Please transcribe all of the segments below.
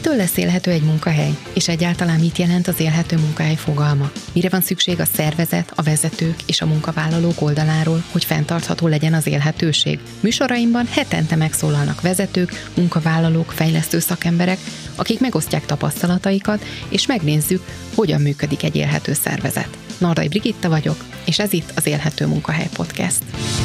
Mitől lesz élhető egy munkahely? És egyáltalán mit jelent az élhető munkahely fogalma? Mire van szükség a szervezet, a vezetők és a munkavállalók oldaláról, hogy fenntartható legyen az élhetőség? Műsoraimban hetente megszólalnak vezetők, munkavállalók, fejlesztő szakemberek, akik megosztják tapasztalataikat, és megnézzük, hogyan működik egy élhető szervezet. Nardai Brigitta vagyok, és ez itt az Élhető Munkahely Podcast.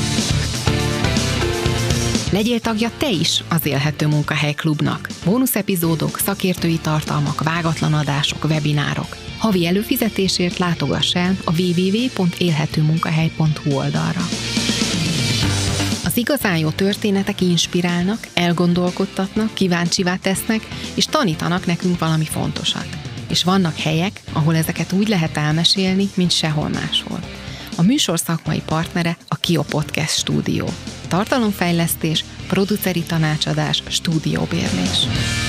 Legyél tagja te is az Élhető Munkahely Klubnak. Bónusz epizódok, szakértői tartalmak, vágatlan adások, webinárok. Havi előfizetésért látogass el a www.élhetőmunkahely.hu oldalra. Az igazán jó történetek inspirálnak, elgondolkodtatnak, kíváncsivá tesznek, és tanítanak nekünk valami fontosat. És vannak helyek, ahol ezeket úgy lehet elmesélni, mint sehol máshol. A műsor szakmai partnere a KIO Podcast Stúdió. Tartalomfejlesztés, produceri tanácsadás, stúdióbérlés.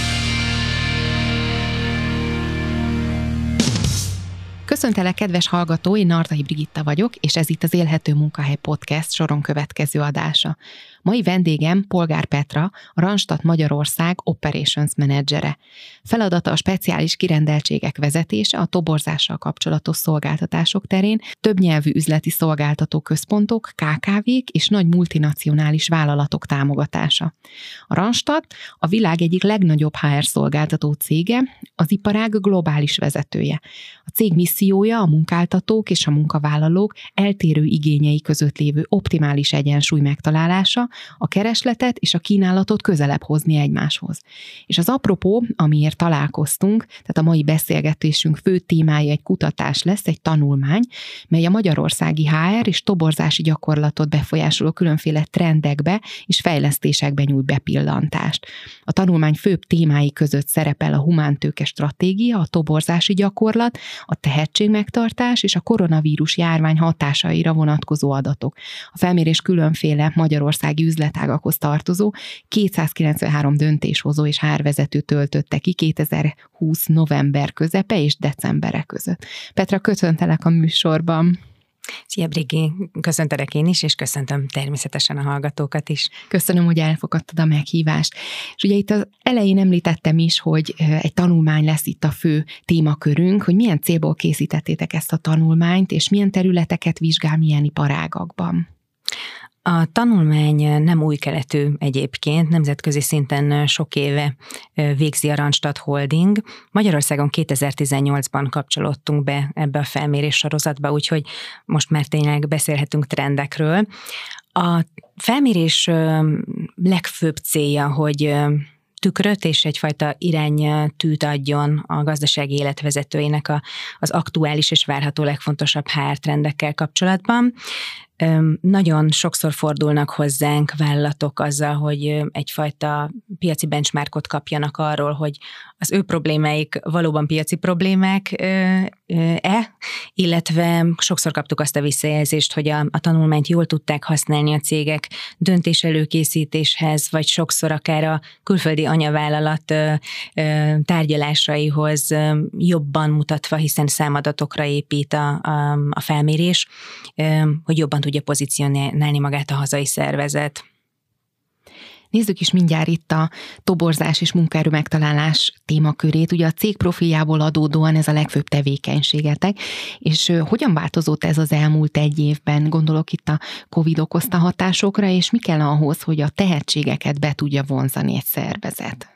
Köszöntelek, kedves hallgató, én Nardai Brigitta vagyok, és ez itt az Élhető Munkahely Podcast soron következő adása. Mai vendégem Polgár Petra, a Randstad Magyarország Operations Menedzsere. Feladata a speciális kirendeltségek vezetése a toborzással kapcsolatos szolgáltatások terén, többnyelvű üzleti szolgáltató központok, KKV-k és nagy multinacionális vállalatok támogatása. A Randstad a világ egyik legnagyobb HR szolgáltató cége, az iparág globális vezetője. A cég missziója a munkáltatók és a munkavállalók eltérő igényei között lévő optimális egyensúly megtalálása, a keresletet és a kínálatot közelebb hozni egymáshoz. És az apropó, amiért találkoztunk, tehát a mai beszélgetésünk fő témája egy kutatás lesz, egy tanulmány, mely a magyarországi HR és toborzási gyakorlatot befolyásoló különféle trendekbe és fejlesztésekbe nyújt bepillantást. A tanulmány főbb témái között szerepel a humántőke stratégia, a toborzási gyakorlat, a tehetségmegtartás és a koronavírus járvány hatásaira vonatkozó adatok. A felmérés különféle magyarországi üzletágakhoz tartozó 293 döntéshozó és HR vezető töltötte ki 2020 november közepe és decembere között. Petra, köszöntelek a műsorban. Szia, Brigi! Köszöntelek én is, és köszöntöm természetesen a hallgatókat is. Köszönöm, hogy elfogadtad a meghívást. És ugye itt az elején említettem is, hogy egy tanulmány lesz itt a fő témakörünk, hogy milyen célból készítettétek ezt a tanulmányt, és milyen területeket vizsgál, milyen iparágakban. A tanulmány nem új keletű egyébként, nemzetközi szinten sok éve végzi a Randstad Holding. Magyarországon 2018-ban kapcsolódtunk be ebbe a felmérés sorozatba, úgyhogy most már tényleg beszélhetünk trendekről. A felmérés legfőbb célja, hogy tükröt és egyfajta iránytűt adjon a gazdasági életvezetőinek az aktuális és várható legfontosabb HR trendekkel kapcsolatban. Nagyon sokszor fordulnak hozzánk vállalatok azzal, hogy egyfajta piaci benchmarkot kapjanak arról, hogy az ő problémáik valóban piaci problémák-e, illetve sokszor kaptuk azt a visszajelzést, hogy a tanulmányt jól tudták használni a cégek döntéselőkészítéshez, vagy sokszor akár a külföldi anyavállalat tárgyalásaihoz jobban mutatva, hiszen számadatokra épít a felmérés, hogy jobban tudja pozícionálni magát a hazai szervezet. Nézzük is mindjárt itt a toborzás és munkaerő megtalálás témakörét. Ugye a cég profiljából adódóan ez a legfőbb tevékenységetek, és hogyan változott ez az elmúlt egy évben? Gondolok itt a Covid okozta hatásokra, és mi kell ahhoz, hogy a tehetségeket be tudja vonzani egy szervezet?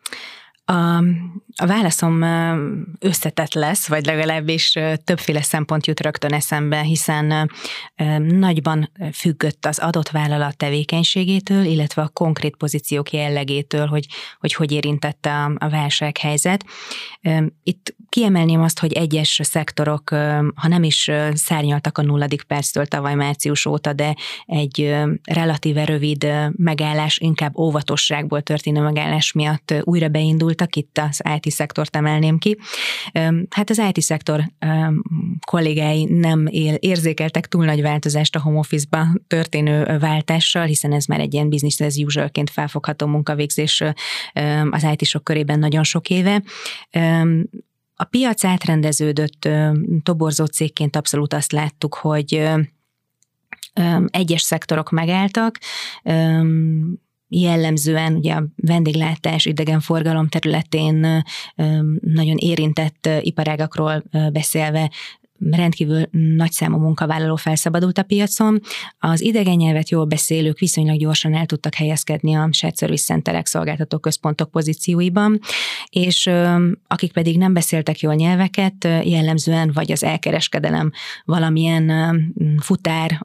A válaszom összetett lesz, vagy legalábbis többféle szempont jut rögtön eszembe, hiszen nagyban függött az adott vállalat tevékenységétől, illetve a konkrét pozíciók jellegétől, hogy érintette a válsághelyzet. Itt kiemelném azt, hogy egyes szektorok, ha nem is szárnyaltak a 0. perctől tavaly március óta, de egy relatíve rövid megállás, inkább óvatosságból történő megállás miatt újra beindult. Itt az IT-szektort emelném ki. Hát az IT-szektor kollégái nem érzékeltek túl nagy változást a home office-ba történő váltással, hiszen ez már egy ilyen business as usual-ként felfogható munkavégzés az IT-sok körében nagyon sok éve. A piac átrendeződött, toborzó cégként abszolút azt láttuk, hogy egyes szektorok megálltak, jellemzően ugye a vendéglátás, idegenforgalom területén nagyon érintett iparágakról beszélve, rendkívül nagyszámú munkavállaló felszabadult a piacon. Az idegen nyelvet jól beszélők viszonylag gyorsan el tudtak helyezkedni a shared service centerek, szolgáltató központok pozícióiban, és akik pedig nem beszéltek jól nyelveket, jellemzően vagy az elkereskedelem valamilyen futár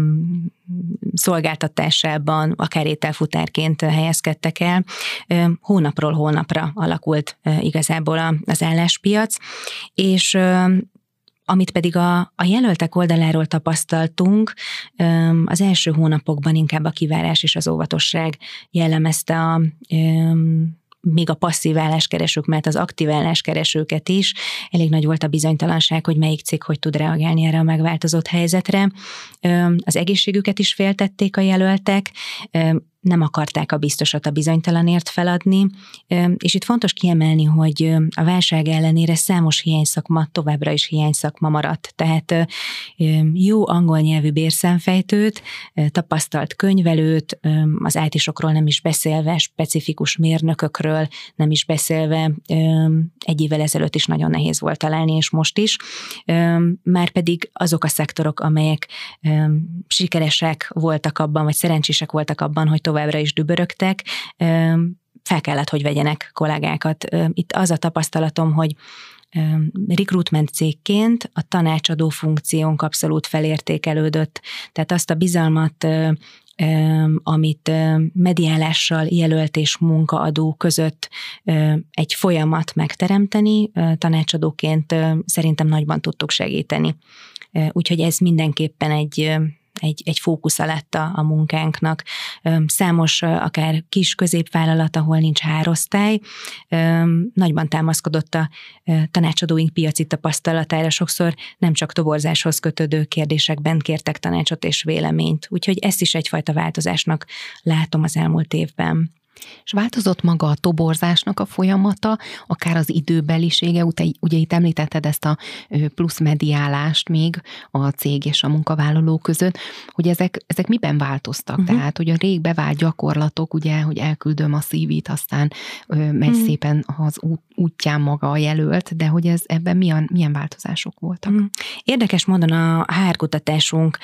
szolgáltatásában, akár ételfutárként helyezkedtek el. Hónapról hónapra alakult igazából az álláspiac, és amit pedig a jelöltek oldaláról tapasztaltunk, az első hónapokban inkább a kivárás és az óvatosság jellemezte még a passzív álláskeresők, mert az aktív álláskeresőket is. Elég nagy volt a bizonytalanság, hogy melyik cég hogy tud reagálni erre a megváltozott helyzetre. Az egészségüket is féltették a jelöltek, nem akarták a biztosat a bizonytalanért feladni, és itt fontos kiemelni, hogy a válság ellenére számos hiányszakma továbbra is hiányszakma maradt. Tehát jó angol nyelvű bérszámfejtőt, tapasztalt könyvelőt, az IT-sokról nem is beszélve, specifikus mérnökökről nem is beszélve, egy évvel ezelőtt is nagyon nehéz volt találni, és most is. Márpedig azok a szektorok, amelyek sikeresek voltak abban, vagy szerencsések voltak abban, hogy továbbra is dübörögtek, fel kellett, hogy vegyenek kollégákat. Itt az a tapasztalatom, hogy recruitment cégként a tanácsadó funkciónk abszolút felértékelődött. Tehát azt a bizalmat, amit mediálással jelölt és munkaadó között egy folyamat megteremteni, tanácsadóként szerintem nagyban tudtuk segíteni. Úgyhogy ez mindenképpen egy fókusza lett a munkánknak. Számos, akár kis középvállalat, ahol nincs hárosztály, nagyban támaszkodott a tanácsadóink piaci tapasztalatára, sokszor nem csak toborzáshoz kötődő kérdésekben kértek tanácsot és véleményt. Úgyhogy ezt is egyfajta változásnak látom az elmúlt évben. És változott maga a toborzásnak a folyamata, akár az időbelisége, ugye itt említetted ezt a plusz mediálást még a cég és a munkavállaló között, hogy ezek miben változtak? Tehát, hogy a rég bevált gyakorlatok, ugye, hogy elküldöm a CV-t, aztán megy szépen az útján maga a jelölt, de hogy ebben milyen változások voltak? Érdekes módon a HR kutatásunk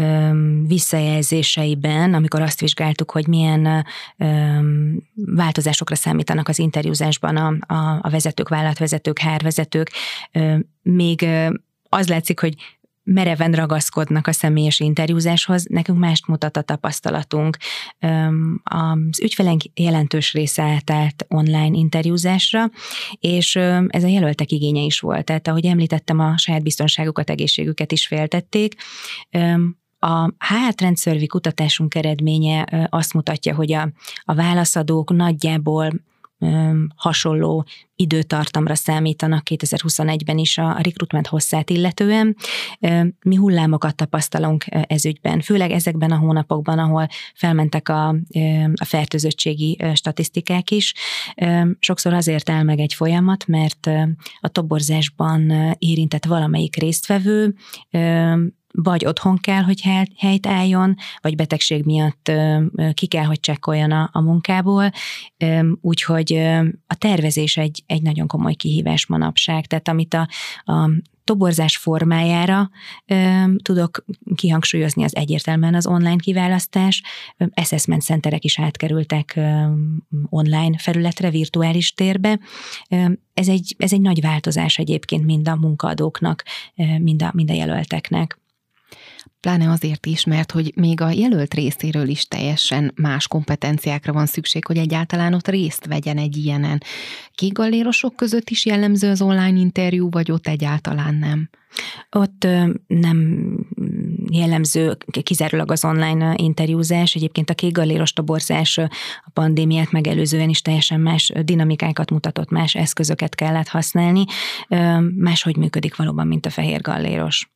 visszajelzéseiben, amikor azt vizsgáltuk, hogy milyen változásokra számítanak az interjúzásban a vezetők, vállalatvezetők, HR vezetők, még az látszik, hogy mereven ragaszkodnak a személyes interjúzáshoz, nekünk mást mutat a tapasztalatunk. Az ügyfeleink jelentős része átállt online interjúzásra, és ez a jelöltek igénye is volt. Tehát, ahogy említettem, a saját biztonságukat, egészségüket is féltették. A HR Trend Survey kutatásunk eredménye azt mutatja, hogy a válaszadók nagyjából hasonló időtartamra számítanak 2021-ben is a recruitment hosszát illetően. Mi hullámokat tapasztalunk ez ügyben, főleg ezekben a hónapokban, ahol felmentek a fertőzöttségi statisztikák is. Sokszor azért áll meg egy folyamat, mert a toborzásban érintett valamelyik résztvevő vagy otthon kell, hogy helyt álljon, vagy betegség miatt ki kell, hogy csekkoljon a munkából. Úgyhogy a tervezés egy nagyon komoly kihívás manapság. Tehát amit a toborzás formájára tudok kihangsúlyozni, az egyértelműen az online kiválasztás. Assessment centerek is átkerültek online felületre, virtuális térbe. Ez egy nagy változás egyébként mind a munkaadóknak, mind a jelölteknek. Pláne azért is, mert hogy még a jelölt részéről is teljesen más kompetenciákra van szükség, hogy egyáltalán ott részt vegyen egy ilyenen. Kékgallérosok között is jellemző az online interjú, vagy ott egyáltalán nem? Ott nem jellemző kizárólag az online interjúzás. Egyébként a kékgalléros toborzás a pandémiát megelőzően is teljesen más dinamikákat mutatott, más eszközöket kellett használni. Máshogy működik valóban, mint a fehérgalléros.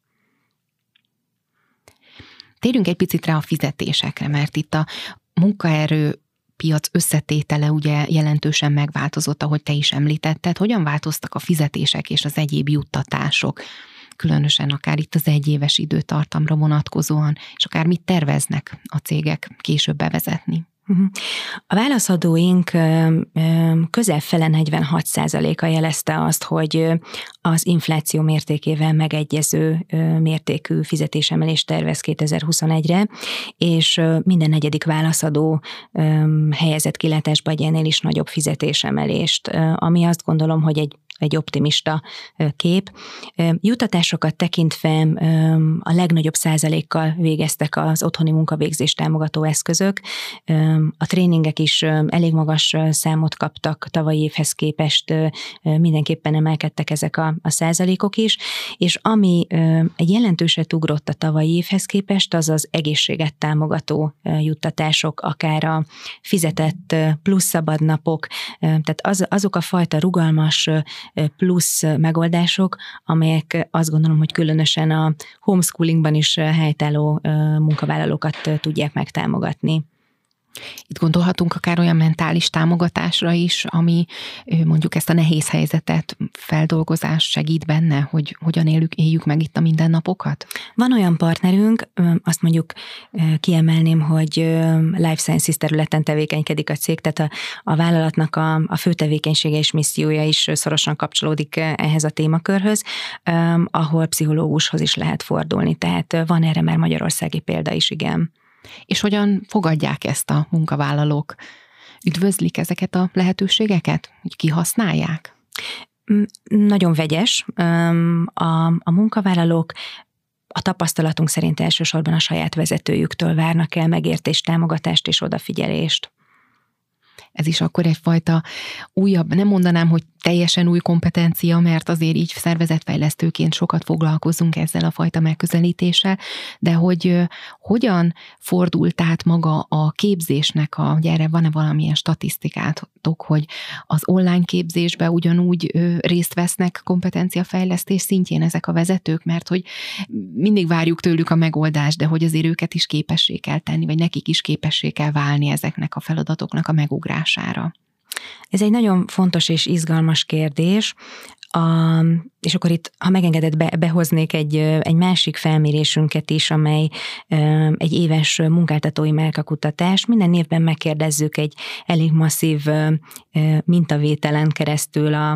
Térjünk egy picit rá a fizetésekre, mert itt a munkaerő piac összetétele ugye jelentősen megváltozott, ahogy te is említetted. Hogyan változtak a fizetések és az egyéb juttatások, különösen akár itt az egyéves időtartamra vonatkozóan, és akár mit terveznek a cégek később bevezetni? A válaszadóink közel fele 46%-a jelezte azt, hogy az infláció mértékével megegyező mértékű fizetésemelést tervez 2021-re, és minden negyedik válaszadó helyezett kilátásba egy ennél is nagyobb fizetésemelést, ami azt gondolom, hogy egy optimista kép. Juttatásokat tekintve a legnagyobb százalékkal végeztek az otthoni munkavégzést támogató eszközök. A tréningek is elég magas számot kaptak tavalyi évhez képest, mindenképpen emelkedtek ezek a százalékok is, és ami egy jelentőset ugrott a tavalyi évhez képest, az az egészséget támogató juttatások, akár a fizetett plusz szabadnapok, tehát azok a fajta rugalmas plusz megoldások, amelyek azt gondolom, hogy különösen a homeschoolingban is helytálló munkavállalókat tudják megtámogatni. Itt gondolhatunk akár olyan mentális támogatásra is, ami mondjuk ezt a nehéz helyzetet, feldolgozást segít benne, hogy hogyan éljük meg itt a mindennapokat? Van olyan partnerünk, azt mondjuk kiemelném, hogy Life Sciences területen tevékenykedik a cég, tehát a vállalatnak a fő tevékenysége és missziója is szorosan kapcsolódik ehhez a témakörhöz, ahol pszichológushoz is lehet fordulni, tehát van erre már magyarországi példa is, igen. És hogyan fogadják ezt a munkavállalók? Üdvözlik ezeket a lehetőségeket? Hogy kihasználják? Nagyon vegyes. A munkavállalók a tapasztalatunk szerint elsősorban a saját vezetőjüktől várnak el megértést, támogatást és odafigyelést. Ez is akkor egyfajta újabb, nem mondanám, hogy teljesen új kompetencia, mert azért így szervezetfejlesztőként sokat foglalkozunk ezzel a fajta megközelítéssel, de hogy hogyan fordult át maga a képzésnek, erre van-e valamilyen statisztikátok, hogy az online képzésbe ugyanúgy részt vesznek kompetenciafejlesztés szintjén ezek a vezetők, mert hogy mindig várjuk tőlük a megoldást, de hogy azért őket is képessé kell tenni, vagy nekik is képessé kell válni ezeknek a feladatoknak a megugrására. Ez egy nagyon fontos és izgalmas kérdés, és akkor itt, ha megengedett, behoznék egy másik felmérésünket is, amely egy éves munkáltatói márkakutatás. Minden évben megkérdezzük egy elég masszív mintavételen keresztül a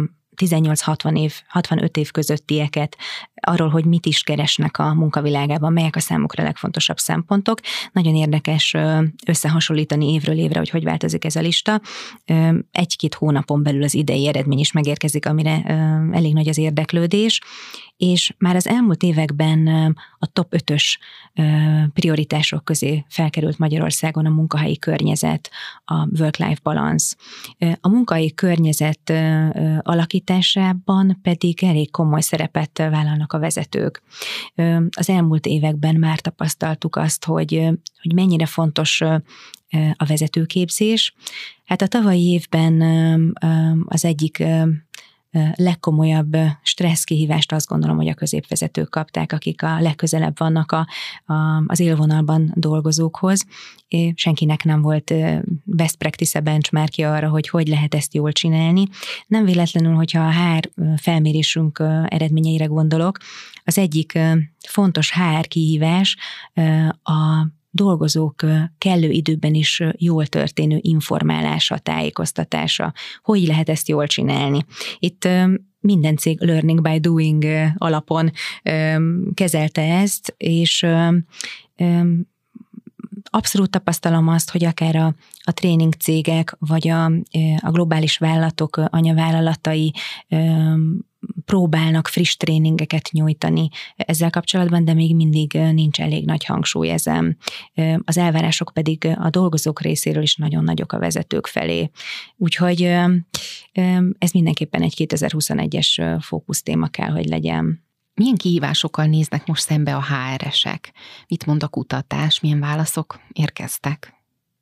18-65 év közöttieket arról, hogy mit is keresnek a munkavilágában, melyek a számukra legfontosabb szempontok. Nagyon érdekes összehasonlítani évről évre, hogy változik ez a lista. 1-2 hónapon belül az idei eredmény is megérkezik, amire elég nagy az érdeklődés, és már az elmúlt években a top 5-ös prioritások közé felkerült Magyarországon a munkahelyi környezet, a work-life balance. A munkahelyi környezet alakításában pedig elég komoly szerepet vállalnak a vezetők. Az elmúlt években már tapasztaltuk azt, hogy mennyire fontos a vezetőképzés. Hát a tavalyi évben az egyik legkomolyabb stresszkihívást azt gondolom, hogy a középvezetők kapták, akik a legközelebb vannak az élvonalban dolgozókhoz. Senkinek nem volt best practice benchmarkja arra, hogy lehet ezt jól csinálni. Nem véletlenül, hogyha a HR felmérésünk eredményeire gondolok, az egyik fontos HR kihívás a dolgozók kellő időben is jól történő informálása, tájékoztatása. Hogy lehet ezt jól csinálni? Itt minden cég learning by doing alapon kezelte ezt, és abszolút tapasztalom azt, hogy akár a tréning cégek, vagy a globális vállalatok anyavállalatai próbálnak friss tréningeket nyújtani ezzel kapcsolatban, de még mindig nincs elég nagy hangsúly ezen. Az elvárások pedig a dolgozók részéről is nagyon nagyok a vezetők felé. Úgyhogy ez mindenképpen egy 2021-es fókusztéma kell, hogy legyen. Milyen kihívásokkal néznek most szembe a HR-esek? Mit mond a kutatás? Milyen válaszok érkeztek?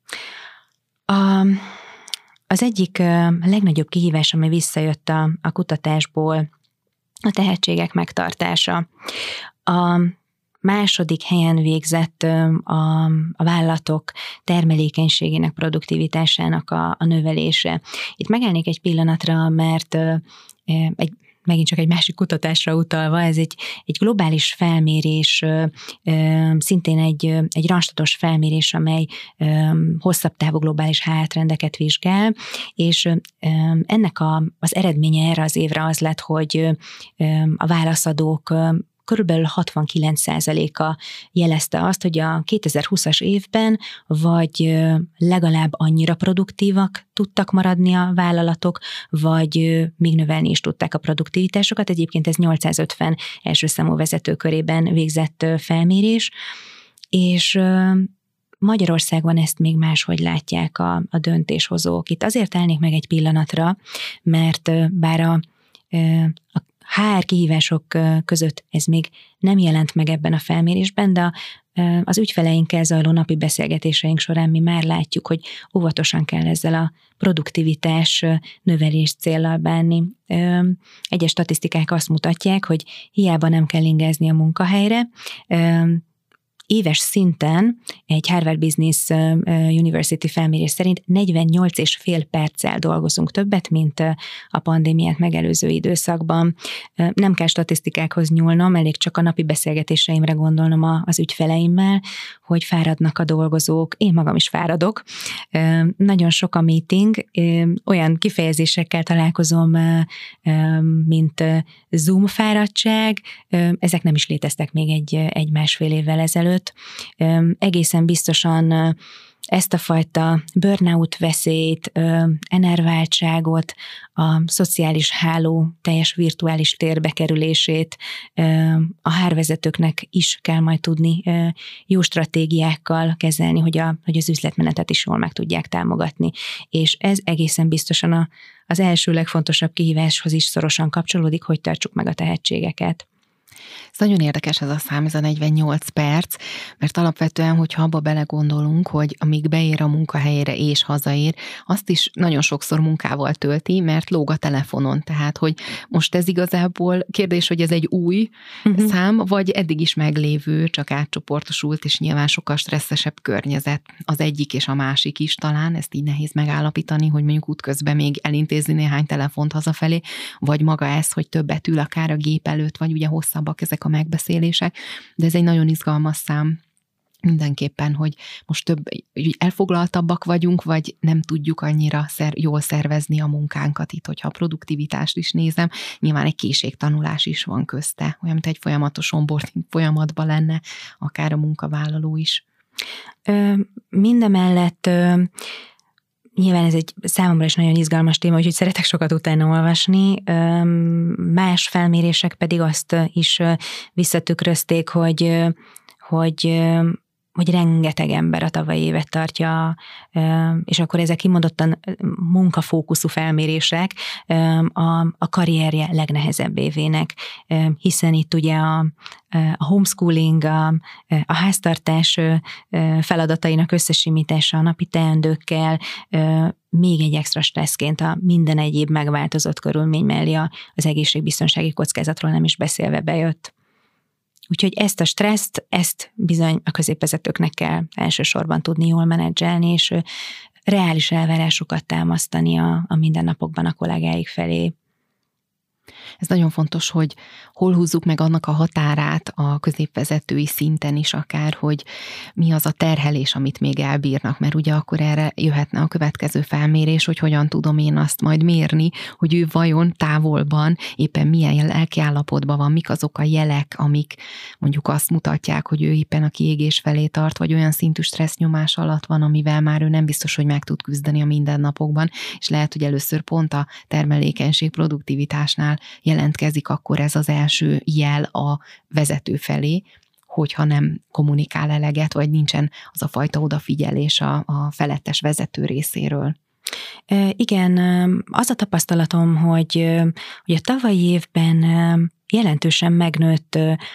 Az egyik legnagyobb kihívás, ami visszajött a kutatásból, a tehetségek megtartása. A második helyen végzett a vállalatok termelékenységének, produktivitásának a növelése. Itt megállnék egy pillanatra, mert egy megint csak egy másik kutatásra utalva, ez egy globális felmérés, szintén egy randstatos felmérés, amely hosszabb távú globális HR-trendeket vizsgál, és ennek az eredménye erre az évre az lett, hogy a válaszadók körülbelül 69%-a jelezte azt, hogy a 2020-as évben vagy legalább annyira produktívak tudtak maradni a vállalatok, vagy még növelni is tudták a produktivitásokat. Egyébként ez 850 első számú vezető körében végzett felmérés, és Magyarországon ezt még máshogy látják a döntéshozók. Itt azért állnék meg egy pillanatra, mert bár a HR kihívások között ez még nem jelent meg ebben a felmérésben, de az ügyfeleinkkel zajló napi beszélgetéseink során mi már látjuk, hogy óvatosan kell ezzel a produktivitás növelés céllal bánni. Egyes statisztikák azt mutatják, hogy hiába nem kell ingázni a munkahelyre, éves szinten egy Harvard Business University felmérés szerint 48,5 perccel dolgozunk többet, mint a pandémiát megelőző időszakban. Nem kell statisztikákhoz nyúlnom, elég csak a napi beszélgetéseimre gondolnom az ügyfeleimmel, hogy fáradnak a dolgozók, én magam is fáradok. Nagyon sok a meeting, olyan kifejezésekkel találkozom, mint Zoom fáradtság, ezek nem is léteztek még egy másfél évvel ezelőtt. Egészen biztosan ezt a fajta burnout veszélyt, enerváltságot, a szociális háló teljes virtuális térbe kerülését a HR-vezetőknek is kell majd tudni jó stratégiákkal kezelni, hogy az üzletmenetet is jól meg tudják támogatni. És ez egészen biztosan az első legfontosabb kihíváshoz is szorosan kapcsolódik, hogy tartsuk meg a tehetségeket. Ez nagyon érdekes ez a szám, ez a 48 perc, mert alapvetően, hogyha abba belegondolunk, hogy amíg beér a munkahelyére és hazaér, azt is nagyon sokszor munkával tölti, mert lóg a telefonon. Tehát, hogy most ez igazából kérdés, hogy ez egy új szám, vagy eddig is meglévő, csak átcsoportosult, és nyilván sokkal stresszesebb környezet az egyik és a másik is talán, ezt így nehéz megállapítani, hogy mondjuk útközben még elintézni néhány telefont hazafelé, vagy maga ez, hogy többet ül akár a gép előtt, vagy ugye hosszabbak ezek a megbeszélések, de ez egy nagyon izgalmas szám mindenképpen, hogy most több elfoglaltabbak vagyunk, vagy nem tudjuk annyira jól szervezni a munkánkat itt, hogyha a produktivitást is nézem, nyilván egy készségtanulás is van közte, olyan, mint egy folyamatos onboarding folyamatban lenne, akár a munkavállaló is. Mindemellett nyilván ez egy számomra is nagyon izgalmas téma, úgyhogy szeretek sokat utána olvasni. Más felmérések pedig azt is visszatükrözték, hogy rengeteg ember a tavalyi évet tartja, és akkor ezek kimondottan munkafókuszú felmérések a karrierje legnehezebb évének, hiszen itt ugye a homeschooling, a háztartás feladatainak összesimítása a napi teendőkkel, még egy extra stresszként a minden egyéb megváltozott körülmény mellé az egészségbiztonsági kockázatról nem is beszélve bejött. Úgyhogy ezt a stresszt, ezt bizony a középvezetőknek kell elsősorban tudni jól menedzselni, és reális elvárásokat támasztani a mindennapokban a kollégáik felé. Ez nagyon fontos, hogy hol húzzuk meg annak a határát a középvezetői szinten is akár, hogy mi az a terhelés, amit még elbírnak, mert ugye akkor erre jöhetne a következő felmérés, hogy hogyan tudom én azt majd mérni, hogy ő vajon távolban éppen milyen lelkiállapotban van, mik azok a jelek, amik mondjuk azt mutatják, hogy ő éppen a kiégés felé tart, vagy olyan szintű stressz-nyomás alatt van, amivel már ő nem biztos, hogy meg tud küzdeni a mindennapokban, és lehet, hogy először pont a termelékenység, produktivitásnál jelentkezik akkor ez az első jel a vezető felé, hogyha nem kommunikál eleget, vagy nincsen az a fajta odafigyelés a felettes vezető részéről. Igen, az a tapasztalatom, hogy a tavalyi évben jelentősen megnőtt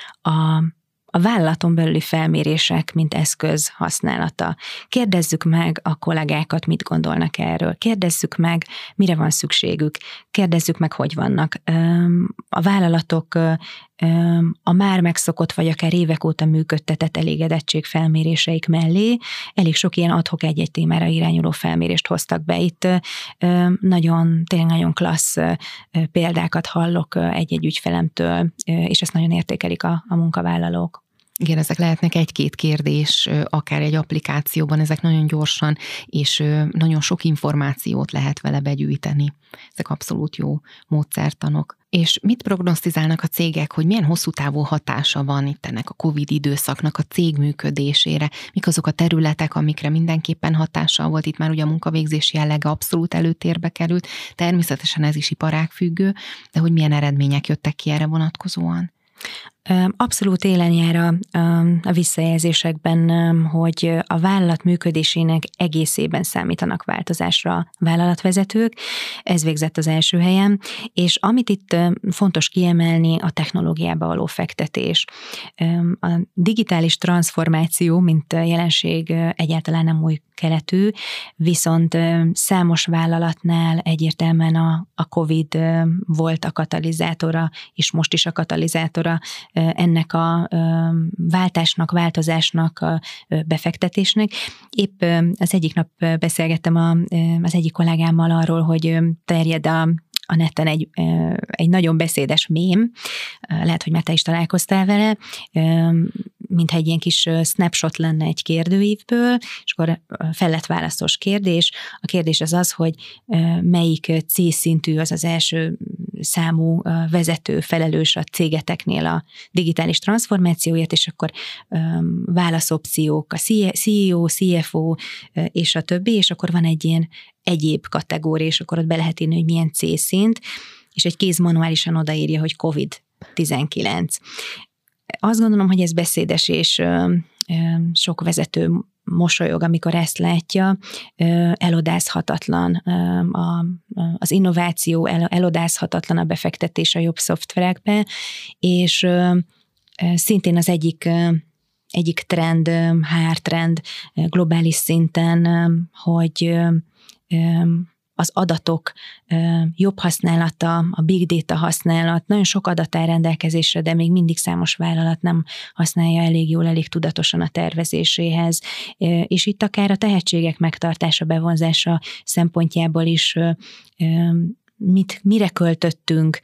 a vállalaton belüli felmérések, mint eszköz használata. Kérdezzük meg a kollégákat, mit gondolnak erről. Kérdezzük meg, mire van szükségük. Kérdezzük meg, hogy vannak. A vállalatok a már megszokott, vagy akár évek óta működtetett elégedettség felméréseik mellé elég sok ilyen ad hoc egy-egy témára irányuló felmérést hoztak be. Itt tényleg nagyon klassz példákat hallok egy-egy ügyfelemtől, és ezt nagyon értékelik a munkavállalók. Igen, ezek lehetnek egy-két kérdés, akár egy applikációban, ezek nagyon gyorsan, és nagyon sok információt lehet vele begyűjteni. Ezek abszolút jó módszertanok. És mit prognosztizálnak a cégek, hogy milyen hosszú távú hatása van itt ennek a Covid időszaknak a cég működésére? Mik azok a területek, amikre mindenképpen hatással volt? Itt már ugye a munkavégzés jellege abszolút előtérbe került, természetesen ez is iparágfüggő, de hogy milyen eredmények jöttek ki erre vonatkozóan? Abszolút élen jár a visszajelzésekben, hogy a vállalat működésének egészében számítanak változásra a vállalatvezetők. Ez végzett az első helyen, és amit itt fontos kiemelni, a technológiába való fektetés. A digitális transformáció, mint jelenség egyáltalán nem új keletű, viszont számos vállalatnál egyértelműen a COVID volt a katalizátora, és most is a katalizátora ennek a változásnak, a befektetésnek. Épp az egyik nap beszélgettem az egyik kollégámmal arról, hogy terjed a neten egy nagyon beszédes mém, lehet, hogy már te is találkoztál vele, mintha egy ilyen kis snapshot lenne egy kérdőívből, és akkor felett-választós kérdés. A kérdés az, hogy melyik C-szintű az első számú vezető felelős a cégeteknél a digitális transformációért, és akkor válaszopciók, a CEO, CFO, és a többi, és akkor van egy ilyen egyéb kategória, és akkor ott be lehet írni, hogy milyen C-szint, és egy kéz manuálisan odaírja, hogy COVID-19. Azt gondolom, hogy ez beszédes, és sok vezető mosolyog, amikor ezt látja, elodázhatatlan az innováció, elodázhatatlan a befektetés a jobb szoftverekbe, és szintén az egyik trend, HR trend globális szinten, hogy az adatok jobb használata, a big data használat, nagyon sok adat áll rendelkezésre, de még mindig számos vállalat nem használja elég jól, elég tudatosan a tervezéséhez. És itt akár a tehetségek megtartása, bevonzása szempontjából is mire költöttünk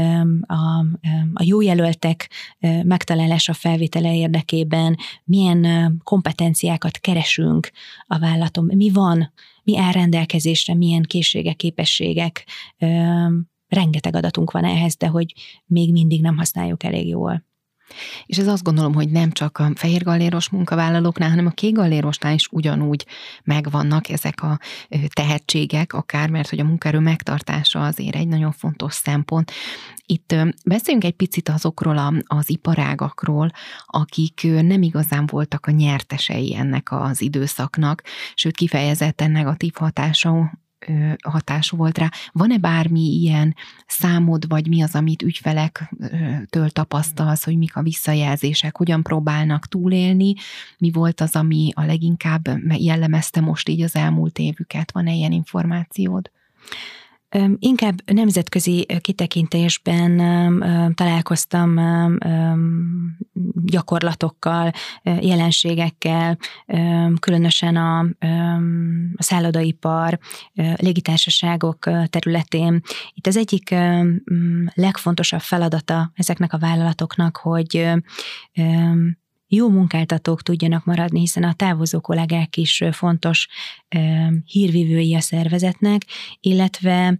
a jó jelöltek megtalálása, felvétele érdekében, milyen kompetenciákat keresünk a vállalaton, mi áll rendelkezésre, milyen készségek, képességek, rengeteg adatunk van ehhez, de hogy még mindig nem használjuk elég jól. És ez azt gondolom, hogy nem csak a fehérgalléros munkavállalóknál, hanem a kékgallérosnál is ugyanúgy megvannak ezek a tehetségek, akár, mert hogy a munkaerő megtartása azért egy nagyon fontos szempont. Itt beszéljünk egy picit azokról az iparágakról, akik nem igazán voltak a nyertesei ennek az időszaknak, sőt kifejezetten negatív hatású volt rá. Van-e bármi ilyen számod, vagy mi az, amit ügyfelektől tapasztalsz, hogy mik a visszajelzések, hogyan próbálnak túlélni, mi volt az, ami a leginkább jellemezte most így az elmúlt évüket? Van-e ilyen információd? Inkább nemzetközi kitekintésben találkoztam gyakorlatokkal, jelenségekkel, különösen a szállodaipar, légitársaságok területén. Itt az egyik legfontosabb feladata ezeknek a vállalatoknak, hogy jó munkáltatók tudjanak maradni, hiszen a távozó kollégák is fontos hírvivői a szervezetnek, illetve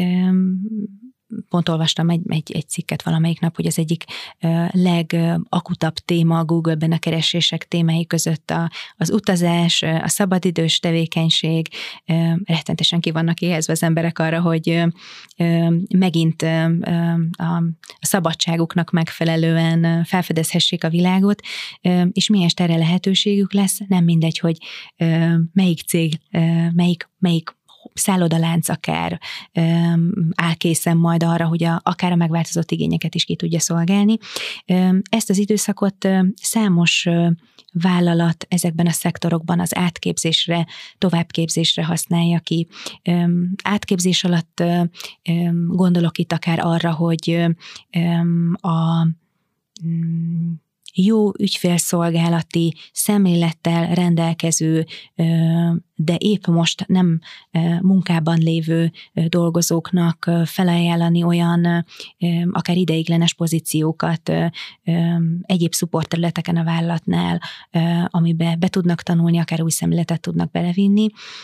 pont olvastam egy cikket valamelyik nap, hogy az egyik legakutabb téma a Google-ben a keresések témái között az utazás, a szabadidős tevékenység, rettentesen ki vannak éhezve az emberek arra, hogy megint a szabadságuknak megfelelően felfedezhessék a világot, és milyen erre lehetőségük lesz, nem mindegy, hogy melyik cég, melyik szállodalánc akár áll készen majd arra, hogy akár a megváltozott igényeket is ki tudja szolgálni. Ezt az időszakot számos vállalat ezekben a szektorokban az átképzésre, továbbképzésre használja ki. Átképzés alatt gondolok itt akár arra, hogy jó ügyfélszolgálati szemlélettel rendelkező, de épp most nem munkában lévő dolgozóknak felajánlani olyan akár ideiglenes pozíciókat egyéb szupportterületeken a vállalatnál, amiben be tudnak tanulni, akár új szemléletet tudnak belevinni.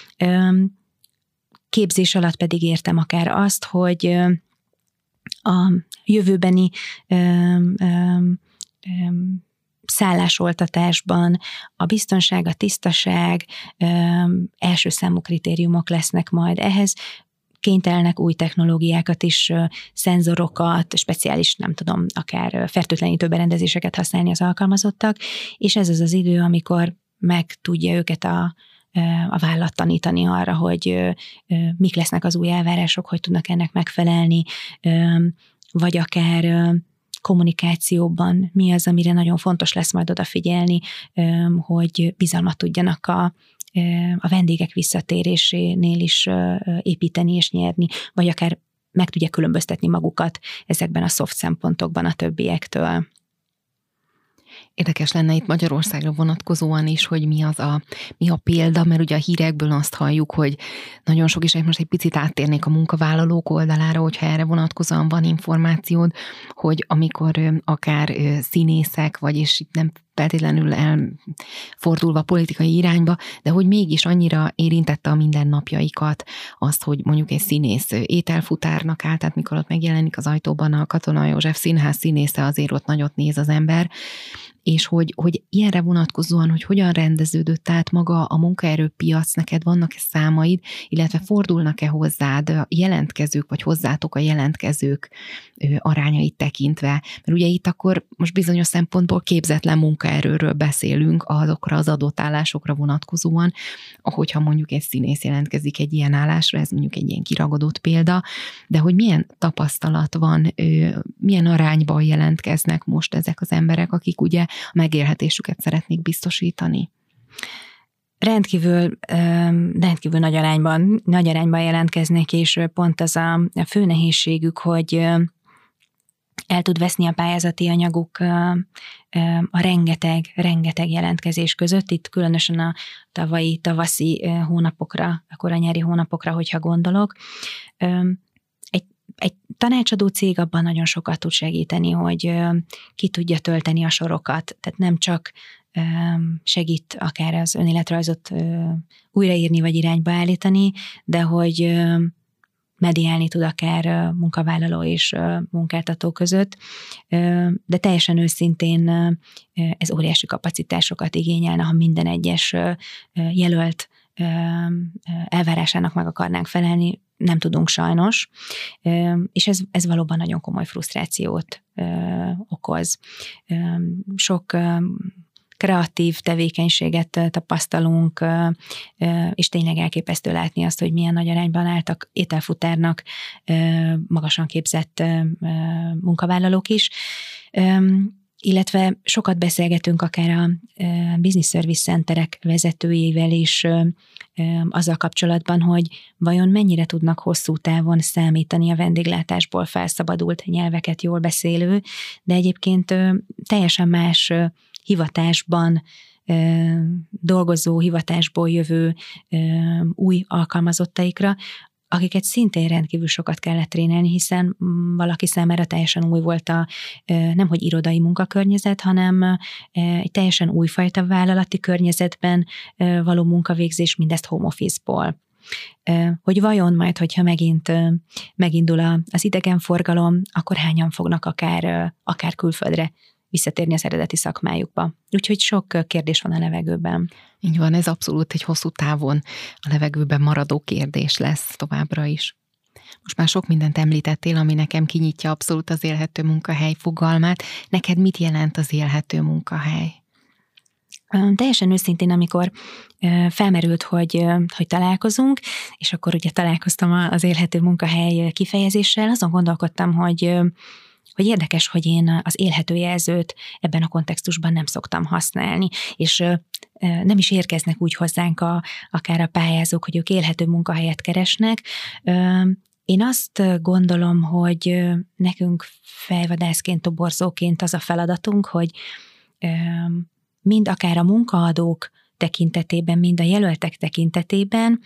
Képzés alatt pedig értem akár azt, hogy a jövőbeni szállásoltatásban a biztonság, a tisztaság első számú kritériumok lesznek majd. Ehhez kénytelenek új technológiákat is, szenzorokat, speciális, nem tudom, akár fertőtlenítő berendezéseket használni az alkalmazottak, és ez az az idő, amikor meg tudja őket a vállalat tanítani arra, hogy mik lesznek az új elvárások, hogy tudnak ennek megfelelni, vagy akár kommunikációban mi az, amire nagyon fontos lesz majd odafigyelni, hogy bizalmat tudjanak a vendégek visszatérésénél is építeni és nyerni, vagy akár meg tudják különböztetni magukat ezekben a soft szempontokban a többiektől. Érdekes lenne itt Magyarországra vonatkozóan is, hogy mi a példa, mert ugye a hírekből azt halljuk, hogy nagyon sok is, most egy picit áttérnék a munkavállalók oldalára, hogyha erre vonatkozóan van információd, hogy amikor akár színészek, vagyis itt nem feltétlenül elfordulva politikai irányba, de hogy mégis annyira érintette a mindennapjaikat azt, hogy mondjuk egy színész ételfutárnak áll, tehát mikor ott megjelenik az ajtóban a Katona József Színház színésze, azért ott nagyot néz az ember, és hogy ilyenre vonatkozóan, hogy hogyan rendeződött át maga a munkaerőpiac, neked vannak-e számaid, illetve fordulnak-e hozzád a jelentkezők, vagy hozzátok a jelentkezők arányait tekintve? Mert ugye itt akkor most bizonyos szempontból képzetlen munkaerőről beszélünk azokra az adott állásokra vonatkozóan, ahogyha mondjuk egy színész jelentkezik egy ilyen állásra, ez mondjuk egy ilyen kiragadott példa, de hogy milyen tapasztalat van, milyen arányban jelentkeznek most ezek az emberek, akik ugye a megélhetésüket szeretnék biztosítani? Rendkívül nagy arányban jelentkeznek, és pont az a fő nehézségük, hogy el tud veszni a pályázati anyaguk a rengeteg jelentkezés között, itt különösen a tavaszi hónapokra, a koranyári hónapokra, hogyha gondolok. Egy tanácsadó cég abban nagyon sokat tud segíteni, hogy ki tudja tölteni a sorokat, tehát nem csak segít akár az önéletrajzot újraírni vagy irányba állítani, de hogy mediálni tud akár munkavállaló és munkáltató között, de teljesen őszintén ez óriási kapacitásokat igényelne, ha minden egyes jelölt elvárásának meg akarnánk felelni, nem tudunk sajnos, és ez valóban nagyon komoly frusztrációt okoz. Sok kreatív tevékenységet tapasztalunk, és tényleg elképesztő látni azt, hogy milyen nagy arányban álltak ételfutárnak magasan képzett munkavállalók is, illetve sokat beszélgetünk akár a business service centerek vezetőjével is azzal kapcsolatban, hogy vajon mennyire tudnak hosszú távon számítani a vendéglátásból felszabadult nyelveket jól beszélő, de egyébként teljesen más hivatásban dolgozó, hivatásból jövő új alkalmazottaikra, akiket szintén rendkívül sokat kellett trénelni, hiszen valaki számára teljesen új volt nemhogy irodai munkakörnyezet, hanem egy teljesen újfajta vállalati környezetben való munkavégzés, mindezt home office-ból. Hogy vajon majd, hogyha megindul az idegenforgalom, akkor hányan fognak akár külföldre visszatérni az eredeti szakmájukba. Úgyhogy sok kérdés van a levegőben. Így van, ez abszolút egy hosszú távon a levegőben maradó kérdés lesz továbbra is. Most már sok mindent említettél, ami nekem kinyitja abszolút az élhető munkahely fogalmát. Neked mit jelent az élhető munkahely? Teljesen őszintén, amikor felmerült, hogy találkozunk, és akkor ugye találkoztam az élhető munkahely kifejezéssel, azon gondolkodtam, hogy érdekes, hogy én az élhető jelzőt ebben a kontextusban nem szoktam használni, és nem is érkeznek úgy hozzánk akár a pályázók, hogy ők élhető munkahelyet keresnek. Én azt gondolom, hogy nekünk fejvadászként, toborzóként az a feladatunk, hogy mind akár a munkaadók tekintetében, mind a jelöltek tekintetében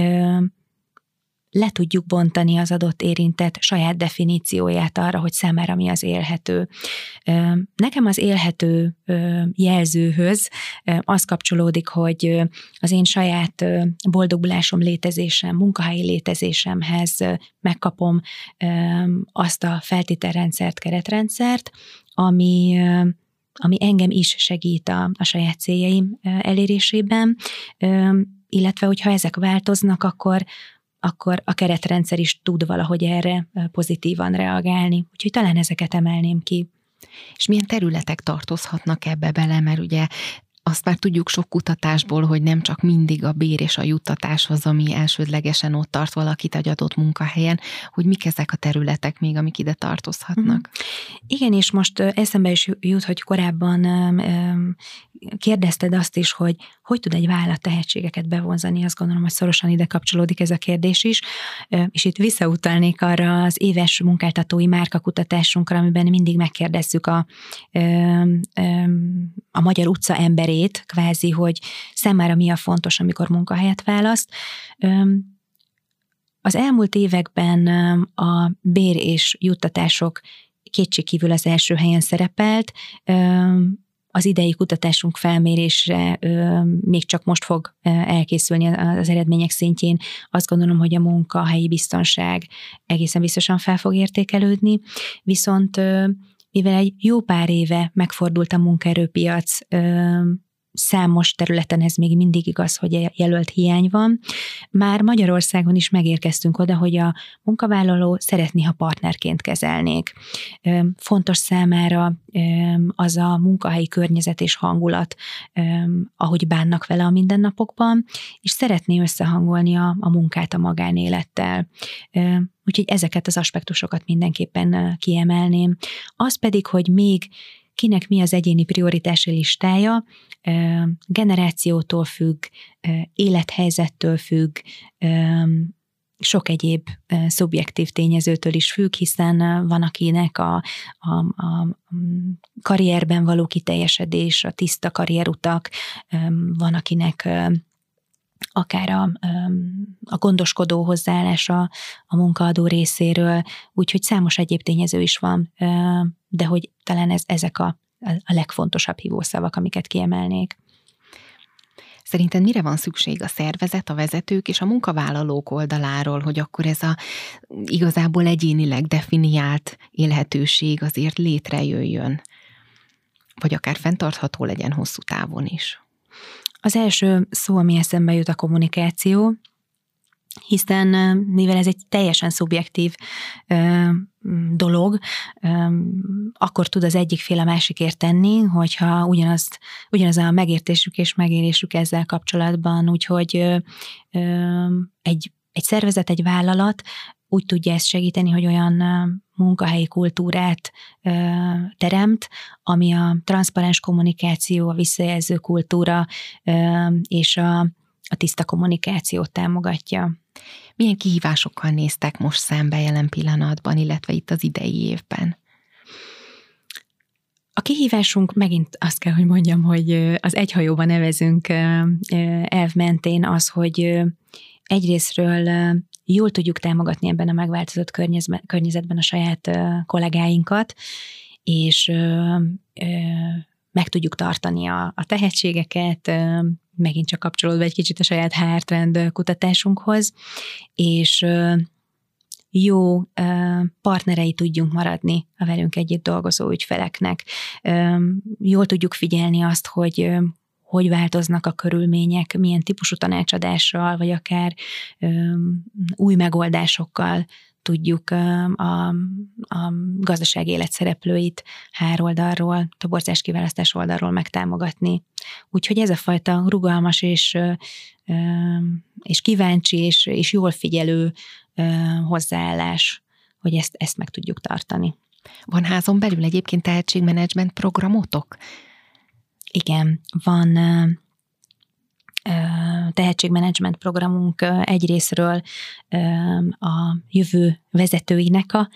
le tudjuk bontani az adott érintett saját definícióját arra, hogy számára mi az élhető. Nekem az élhető jelzőhöz az kapcsolódik, hogy az én saját boldogbulásom, létezésem, munkahelyi létezésemhez megkapom azt a feltételrendszert, keretrendszert, ami engem is segít a saját céljaim elérésében, illetve hogyha ezek változnak, akkor a keretrendszer is tud valahogy erre pozitívan reagálni. Úgyhogy talán ezeket emelném ki. És milyen területek tartozhatnak ebbe bele, mert ugye azt már tudjuk sok kutatásból, hogy nem csak mindig a bér és a juttatás az, ami elsődlegesen ott tart valakit egy adott munkahelyen, hogy mik ezek a területek még, amik ide tartozhatnak. Igen, és most eszembe is jut, hogy korábban kérdezted azt is, hogy tud egy vállalat tehetségeket bevonzani, azt gondolom, hogy szorosan ide kapcsolódik ez a kérdés is, és itt visszautalnék arra az éves munkáltatói márkakutatásunkra, amiben mindig megkérdezzük a magyar utca emberét, kvázi, hogy számára mi a fontos, amikor munkahelyet választ. Az elmúlt években a bér és juttatások kétségkívül az első helyen szerepelt. Az idei kutatásunk felmérése még csak most fog elkészülni az eredmények szintjén. Azt gondolom, hogy a munkahelyi biztonság egészen biztosan fel fog értékelődni, viszont mivel egy jó pár éve megfordult a munkaerőpiac, számos területen ez még mindig igaz, hogy jelölt hiány van. Már Magyarországon is megérkeztünk oda, hogy a munkavállaló szeretné, ha partnerként kezelnék. Fontos számára az a munkahelyi környezet és hangulat, ahogy bánnak vele a mindennapokban, és szeretné összehangolni a munkát a magánélettel. Úgyhogy ezeket az aspektusokat mindenképpen kiemelném. Az pedig, hogy még kinek mi az egyéni prioritási listája, generációtól függ, élethelyzettől függ, sok egyéb szubjektív tényezőtől is függ, hiszen van akinek a karrierben való kiteljesedés, a tiszta karrierutak, van akinek akár a gondoskodó hozzáállása a munkaadó részéről, úgyhogy számos egyéb tényező is van, de hogy talán ezek a legfontosabb hívószavak, amiket kiemelnék. Szerinted mire van szükség a szervezet, a vezetők és a munkavállalók oldaláról, hogy akkor ez a igazából egyénileg definiált élhetőség azért létrejöjjön, vagy akár fenntartható legyen hosszú távon is? Az első szó, ami eszembe jut, a kommunikáció, hiszen mivel ez egy teljesen szubjektív dolog, akkor tud az egyik fél a másikért tenni, hogyha ugyanaz a megértésük és megérésük ezzel kapcsolatban, úgyhogy egy szervezet, egy vállalat úgy tudja ezt segíteni, hogy olyan munkahelyi kultúrát teremt, ami a transzparens kommunikáció, a visszajelző kultúra és a tiszta kommunikációt támogatja. Milyen kihívásokkal néztek most szembe jelen pillanatban, illetve itt az idei évben? A kihívásunk, megint azt kell, hogy mondjam, hogy az egy hajóban nevezünk elv mentén az, hogy egyrészről jól tudjuk támogatni ebben a megváltozott környezetben a saját kollégáinkat, és meg tudjuk tartani a tehetségeket, megint csak kapcsolódva egy kicsit a saját HR trend kutatásunkhoz, és jó partnerei tudjunk maradni a velünk együtt dolgozó ügyfeleknek. Jól tudjuk figyelni azt, hogy változnak a körülmények, milyen típusú tanácsadással, vagy akár új megoldásokkal tudjuk a gazdasági élet szereplőit HR oldalról, toborzás kiválasztás oldalról megtámogatni. Úgyhogy ez a fajta rugalmas és kíváncsi és jól figyelő hozzáállás, hogy ezt meg tudjuk tartani. Van házon belül egyébként tehetségmenedzsment programotok? Igen, van tehetségmenedzsment programunk egyrészről a jövő vezetőinek a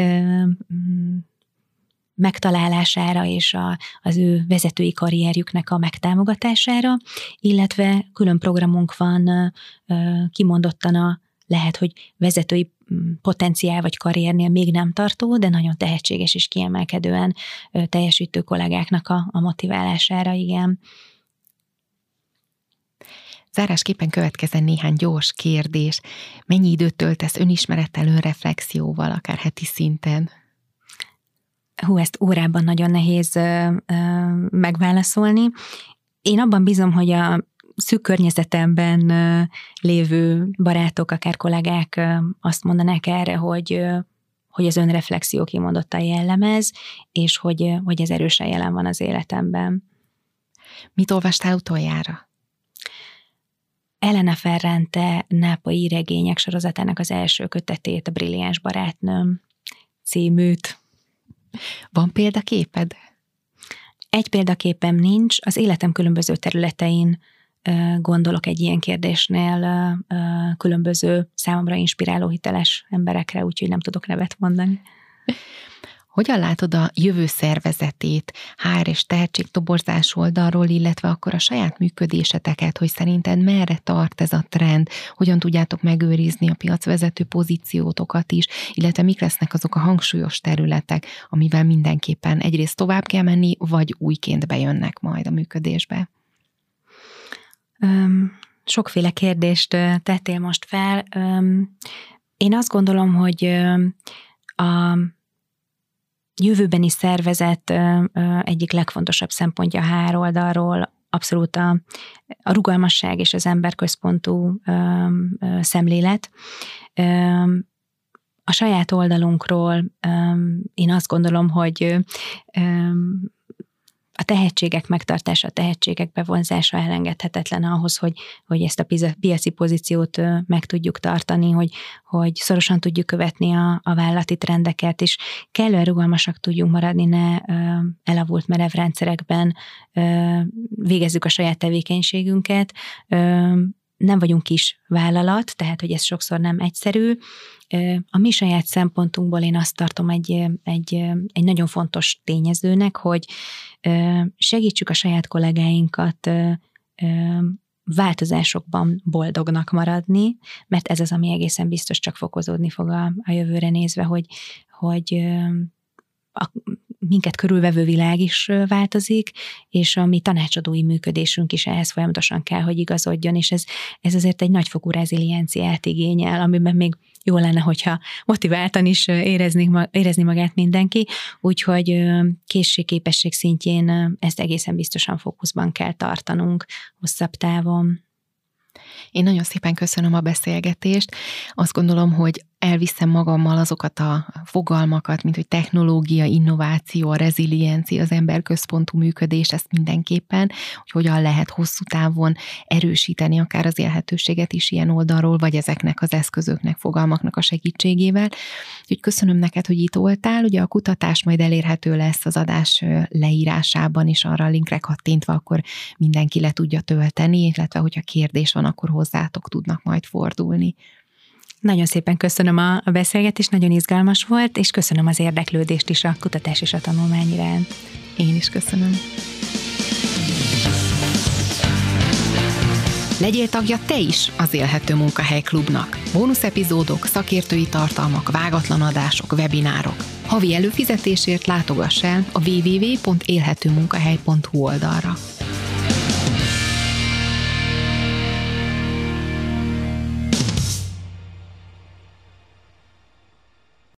megtalálására és az ő vezetői karrierjüknek a megtámogatására, illetve külön programunk van kimondottan lehet, hogy vezetői potenciál vagy karriernél még nem tartó, de nagyon tehetséges és kiemelkedően teljesítő kollégáknak a motiválására, igen. Zárásképpen következzen néhány gyors kérdés. Mennyi időt töltesz önismerettel, önreflexióval, akár heti szinten? Ezt órában nagyon nehéz megválaszolni. Én abban bízom, hogy a szűk környezetemben lévő barátok, akár kollégák azt mondanák erre, hogy az önreflexió kimondottan jellemez, és hogy ez erősen jelen van az életemben. Mit olvastál utoljára? Elena Ferrante nápolyi regények sorozatának az első kötetét, a Brilliáns barátnőm címűt. Van példaképed? Egy példaképem nincs, az életem különböző területein gondolok egy ilyen kérdésnél különböző számomra inspiráló hiteles emberekre, úgyhogy nem tudok nevet mondani. Hogyan látod a jövő szervezetét, HR és tehetségtoborzás oldalról, illetve akkor a saját működéseteket, hogy szerinted merre tart ez a trend, hogyan tudjátok megőrizni a piacvezető pozíciótokat is, illetve mik lesznek azok a hangsúlyos területek, amivel mindenképpen egyrészt tovább kell menni, vagy újként bejönnek majd a működésbe? Sokféle kérdést tettél most fel. Én azt gondolom, hogy a jövőbeni szervezet egyik legfontosabb szempontja a HR oldalról abszolút a rugalmasság és az emberközpontú szemlélet. A saját oldalunkról én azt gondolom, hogy a tehetségek megtartása, a tehetségek bevonzása elengedhetetlen ahhoz, hogy ezt a piaci pozíciót meg tudjuk tartani, hogy szorosan tudjuk követni a vállalati trendeket, és kellően rugalmasak tudjunk maradni, ne elavult merev rendszerekben végezzük a saját tevékenységünket. Nem vagyunk kis vállalat, tehát hogy ez sokszor nem egyszerű. A mi saját szempontunkból én azt tartom egy nagyon fontos tényezőnek, hogy segítsük a saját kollégáinkat változásokban boldognak maradni, mert ez az, ami egészen biztos csak fokozódni fog a jövőre nézve, hogy a minket körülvevő világ is változik, és a mi tanácsadói működésünk is ehhez folyamatosan kell, hogy igazodjon, és ez azért egy nagyfokú rezilienciát igényel, amiben még jó lenne, hogyha motiváltan is érezni magát mindenki, úgyhogy készség-képesség szintjén ezt egészen biztosan fókuszban kell tartanunk hosszabb távon. Én nagyon szépen köszönöm a beszélgetést. Azt gondolom, hogy elviszem magammal azokat a fogalmakat, mint hogy technológia, innováció, a reziliencia, az emberközpontú működés, ezt mindenképpen, hogy hogyan lehet hosszú távon erősíteni akár az élhetőséget is ilyen oldalról, vagy ezeknek az eszközöknek, fogalmaknak a segítségével. Úgyhogy köszönöm neked, hogy itt voltál. Ugye a kutatás majd elérhető lesz az adás leírásában, és arra a linkre kattintva akkor mindenki le tudja tölteni, illetve hogyha kérdés van, akkor hozzátok tudnak majd fordulni. Nagyon szépen köszönöm a beszélgetést, nagyon izgalmas volt, és köszönöm az érdeklődést is a kutatás és a tanulmány iránt. Én is köszönöm. Legyél tagja te is az Élhető Munkahely Klubnak. Bónusz epizódok, szakértői tartalmak, vágatlan adások, webinárok. Havi előfizetésért látogass el a www.élhetőmunkahely.hu oldalra.